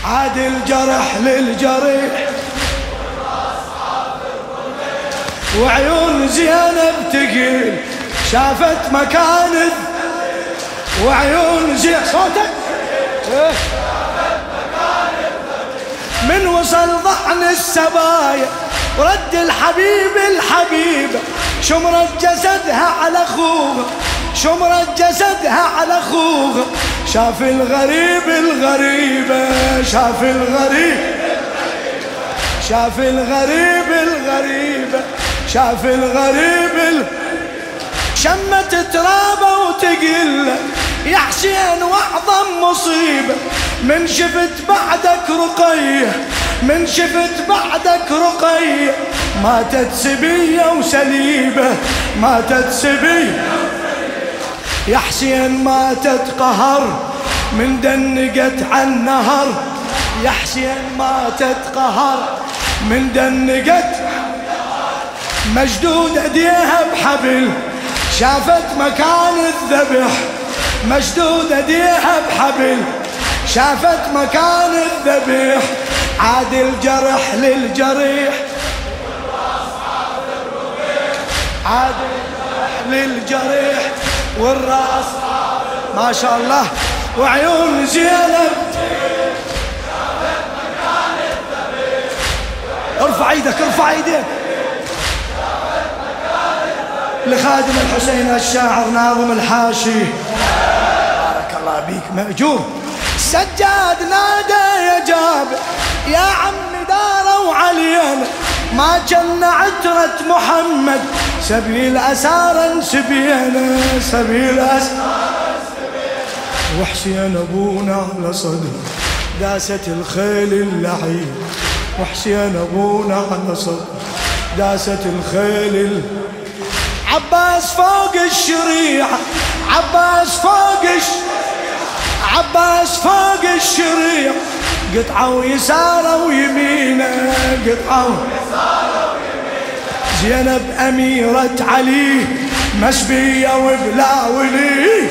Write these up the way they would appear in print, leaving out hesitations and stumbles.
عاد الجرح للجريح وعيون زينب تقيل شافت مكان وعيون زينب صوتك من وصل ضعن السبايا ورد الحبيب الحبيبة شمرت جسدها على خوها شمرت جسدها على خوها شاف الغريب الغريبة شاف الغريب شاف الغريب الغريبة شاف الغريب شمت ترابه وتقل يا حسين واعظم مصيبة من شفت بعدك رقية من شفت بعدك رقية ماتت سبية وسليبة ماتت سبية يا حسين ماتت قهر من دنقت عن نهر يا حسين ماتت قهر من دنقت مشدود ايديها بحبل شافت مكان الذبح مشدود ايديها بحبل شافت مكان الذبح عاد الجرح للجريح عاد الجرح للجريح والراس ما شاء الله وعيون زينب ارفع ايدك ارفع ايديك لخادم الحسين الشاعر ناظم الحاشي بارك الله بيك مأجور سجاد نادى يا جابر يا عمي داروا علينا ما جن عترة محمد سبيل أسارا سبينا سبيل أسارا سبينا وحسين أبونا على صدر داست الخيل اللعين وحسين أبونا على صدر داست الخيل عباس فوق الشريعة عباس فوق عباس فوق الشريعة قطعوا يساره ويمينه قطعوا يساره ويمينه زينب أميرة علي مسبية وبلا ولي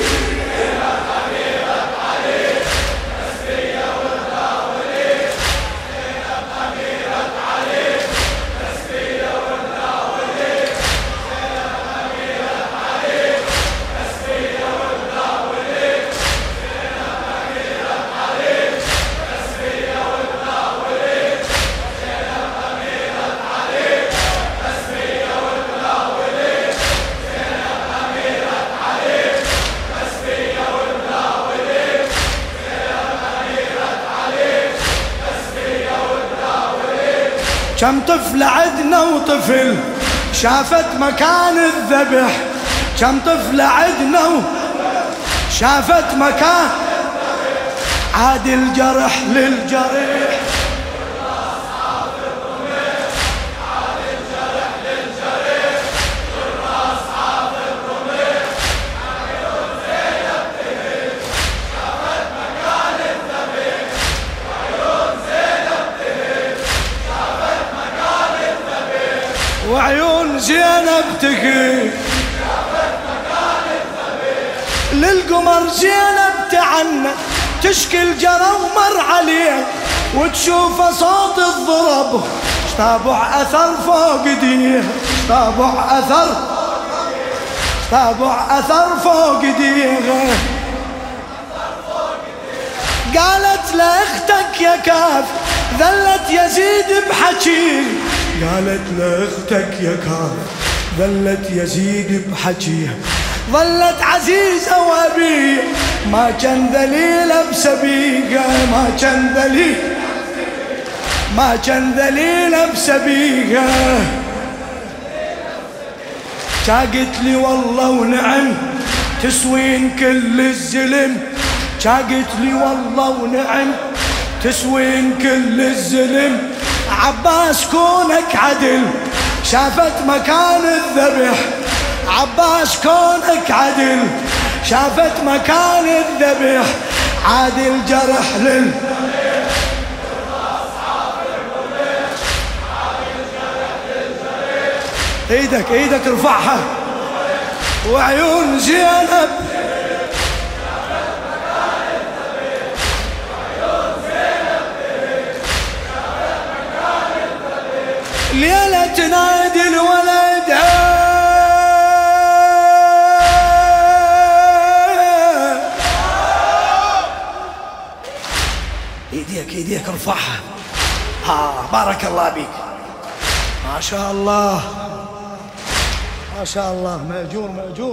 كم طفل عدنا وطفل شافت مكان الذبح كم طفل عدنا شافت مكان عاد الجرح للجريح وعيون زينب تقي للقمر زينب تعنى تشكي الجرى ومر عليه وتشوف صوت الضرب تابع اثر فوق ايديه تابع اثر تابع اثر فوق ايديه قالت لاختك يا كاف ذلت يزيد بحكيه قالت لاختك يا كاف ظلت يزيد بحكيها ظلت عزيزة وأبيه ما كان ذليلة بسبيقة ما كان ذليل ما كان ذليلة بسبيقة شاقت لي والله ونعم تسوين كل الزلم شاقت لي والله ونعم تسوين كل الزلم عباس كونك عدل شافت مكان الذبح عباس كونك عدل شافت مكان الذبح عاد الجرح لل ايدك ايدك ارفعها وعيون زينب ايديك ارفعها. بارك الله بيك، ما شاء الله ما شاء الله، مأجور مأجور.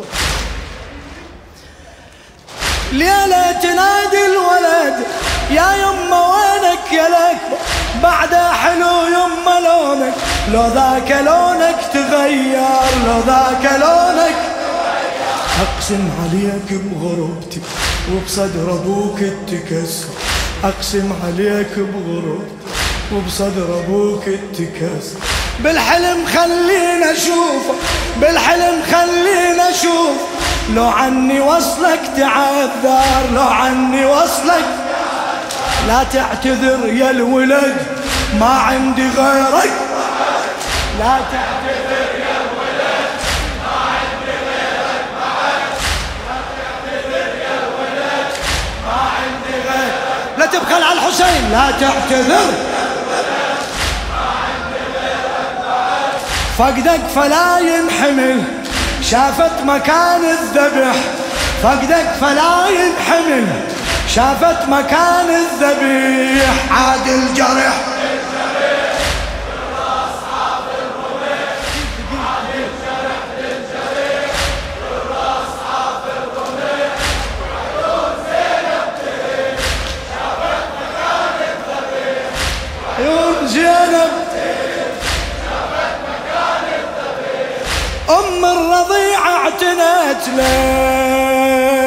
ليلة تنادي الولد يا يمه وينك يا الأكبر، بعده حلو يمه لونك، لو ذاك لونك تغير، لو ذاك لونك. أقسم عليك بغربتي وبصدر أبوك التكسر، أقسم عليك بغربتي وبصدر أبوك التكسر. بالحلم خلينا أشوفك، بالحلم خلينا أشوف، لو عني وصلك تعذر، لو عني وصلك. لا تعتذر يا الولد ما عندي غيرك، لا تعتذر يا الولد ما عندي غيرك معك، لا تعتذر يا الولد ما عندي غيرك. لا تبخل على الحسين، لا تعتذر ما عندي غيرك معك. فقدك فلا ينحمل، شافت مكان الذبح، فقدك فلا ينحمل، شافت مكان الذبيح. عاد الجرح للجريح والراس حاف الرميح، عاد الجرح للجريح والراس حاف الرميح. وعيون زينب تهيج شافت مكان الذبيح، عيون زينب تهيج شافت مكان الذبيح. أم الرضيعة اعتنت له،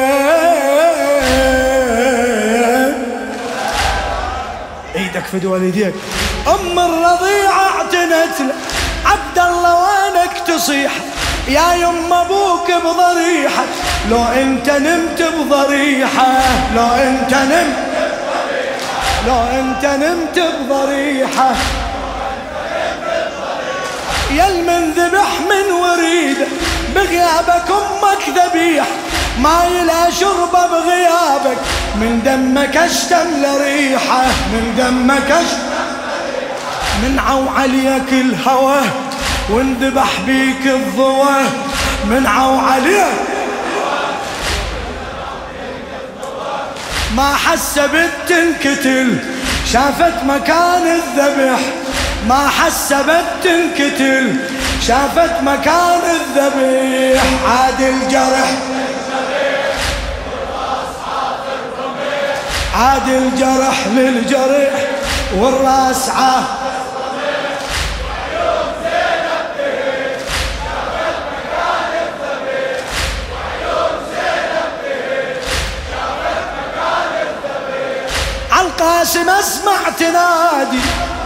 ايدك في والديك. ام الرضيعة اعتنت له، عبد الله وينك تصيح يا يم ابوك بضريحة، لو انت نمت بضريحة، لو انت نمت بضريحة، لو انت نمت بضريحة. يا المن ذبح من وريده بغيابك امك ذبيح، ما يلا شربه بغيابك، من دمك اشتم لريحه، من دمك اشتم لريحه. من عو عليك الهوى وانذبح بيك الضوى، من عو عليك ما حسبت تنكتل، شافت مكان الذبح، ما حسبت تنكتل، شافت مكان الذبيح. عاد الجرح عاد الجرح للجرح والراس عاه. وعيون زينب تهيج شافت مكان الذبيح، وعيون زينب تهيج شافت مكان الذبيح. عالقاسم اسمع تنادي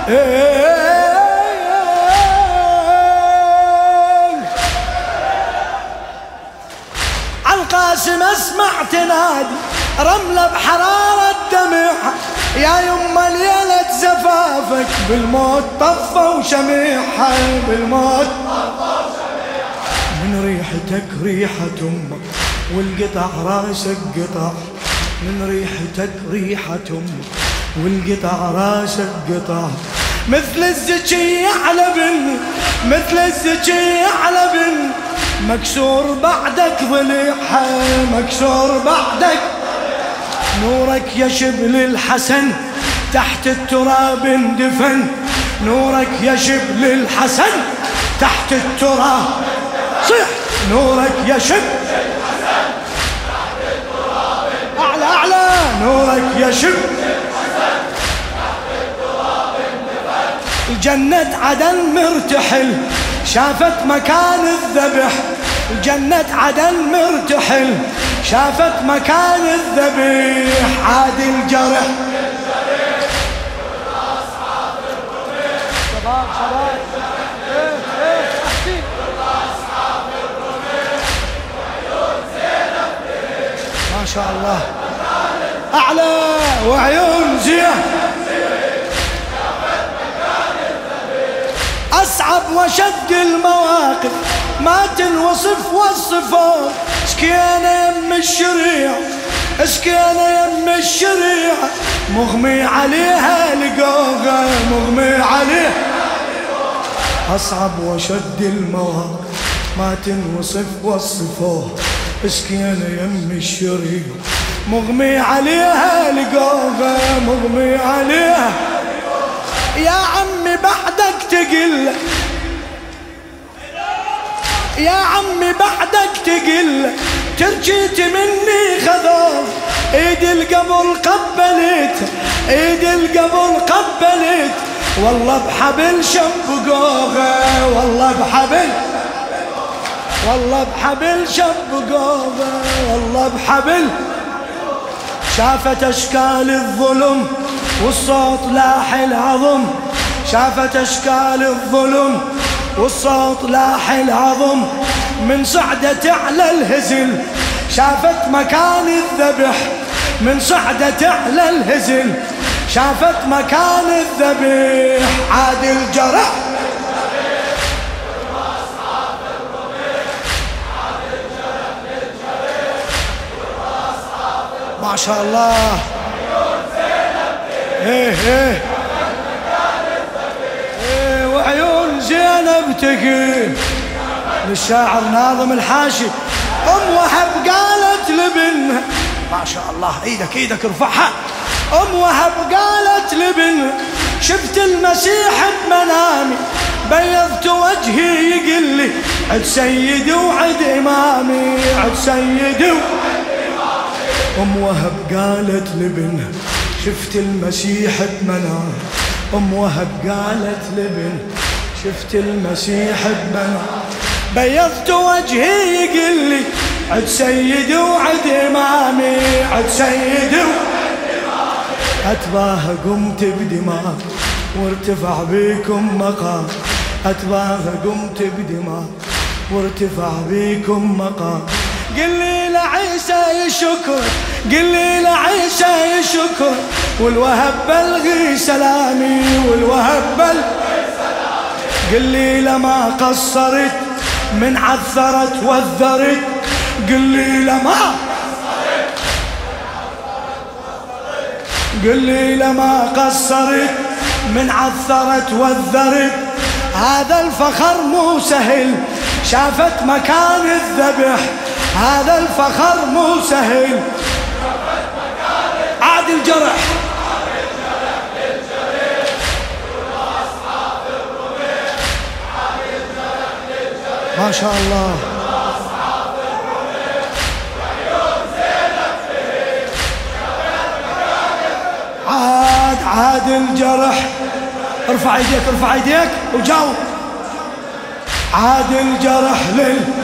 عالقاسم اسمع تنادي، رملة بحرارة دمعها يا يما ليلة زفافك، بالموت طفى وشميحها، بالموت طفى وشميحها. من ريحتك ريحة امك والقطع راسك قطع، من ريحتك ريحة امك والقطع راسك قطع. مثل الزكية على بن، مثل الزكية على بن، مكسور بعدك ضليعها، مكسور بعدك. نورك يا شبل الحسن تحت التراب اندفن، نورك يا شبل الحسن تحت التراب. صح نورك يا شبل الحسن تحت التراب اندفن، أعلى أعلى. نورك يا شبل الحسن تحت التراب اندفن. الجنة عدن مرتحل شافت مكان الذبح، الجنة عدن مرتحل شافت مكان الذبيح. عاد الجرح للجريح والراس حاف الرميح، شباب شباب والراس حاف الرميح. وعيون زينب تهيج ما شاء الله أعلى، وعيون زينب شافت مكان الذبيح. أصعب وشد المواقف ما تنوصف والصفات، سكينة يم الشريع، سكينة يم الشريع، مغمي عليها لقوها، مغمي عليها. أصعب وشد المواقف ما تنوصف والصفات، سكينة يم الشريع، مغمي عليها القوغة مغمي عليها. يا عمي بعدك تقل يا عمي بعدك تقل ترجيت مني خذوف ايد القبر قبلت ايد القبر قبلت والله بحبل شب قوغة والله بحبل والله بحبل شب قوغة والله بحبل. شافت اشكال الظلم والصوت لاح العظم شافت اشكال الظلم والصوت لاح العظم من صعدة على الهزل شافت مكان الذبح من صعدة على الهزل شافت مكان الذبح. عاد الجرح ما شاء الله. ايه وعيون زينب تقيل للشاعر ناظم الحاشي. ام وهب قالت لبنها ما شاء الله ايدك ارفعها. ام وهب قالت لبنها شفت المسيح بمنامي بيضت وجهي يقل لي عد سيدي وعد امامي عد سيدي. ام وهب قالت لبنها شفت المسيح بمنامي. ام وهب قالت لبنها شفت المسيح بمنامي بيضت وجهي يقل لي عد سيدي وعد امامي عد سيدي وعد امامي. اتباها قمت بدماء وارتفع بيكم مقام اتباها قمت بدماء وارتفع بيكم مقام. قل لي لعيسى يشكر قل لي لعيسى يشكر والوهب بلغي سلامي والوهب بلغي سلامي. قل لي لما قصرت من عثرت وذرت قل لي لما قل لي لما قصرت من عثرت وذرت. هذا الفخر مو سهل شافت مكان الذبح هذا الفخر مو سهل. عاد الجرح ما شاء الله. عاد الجرح ارفع ايديك وجاوب. عاد الجرح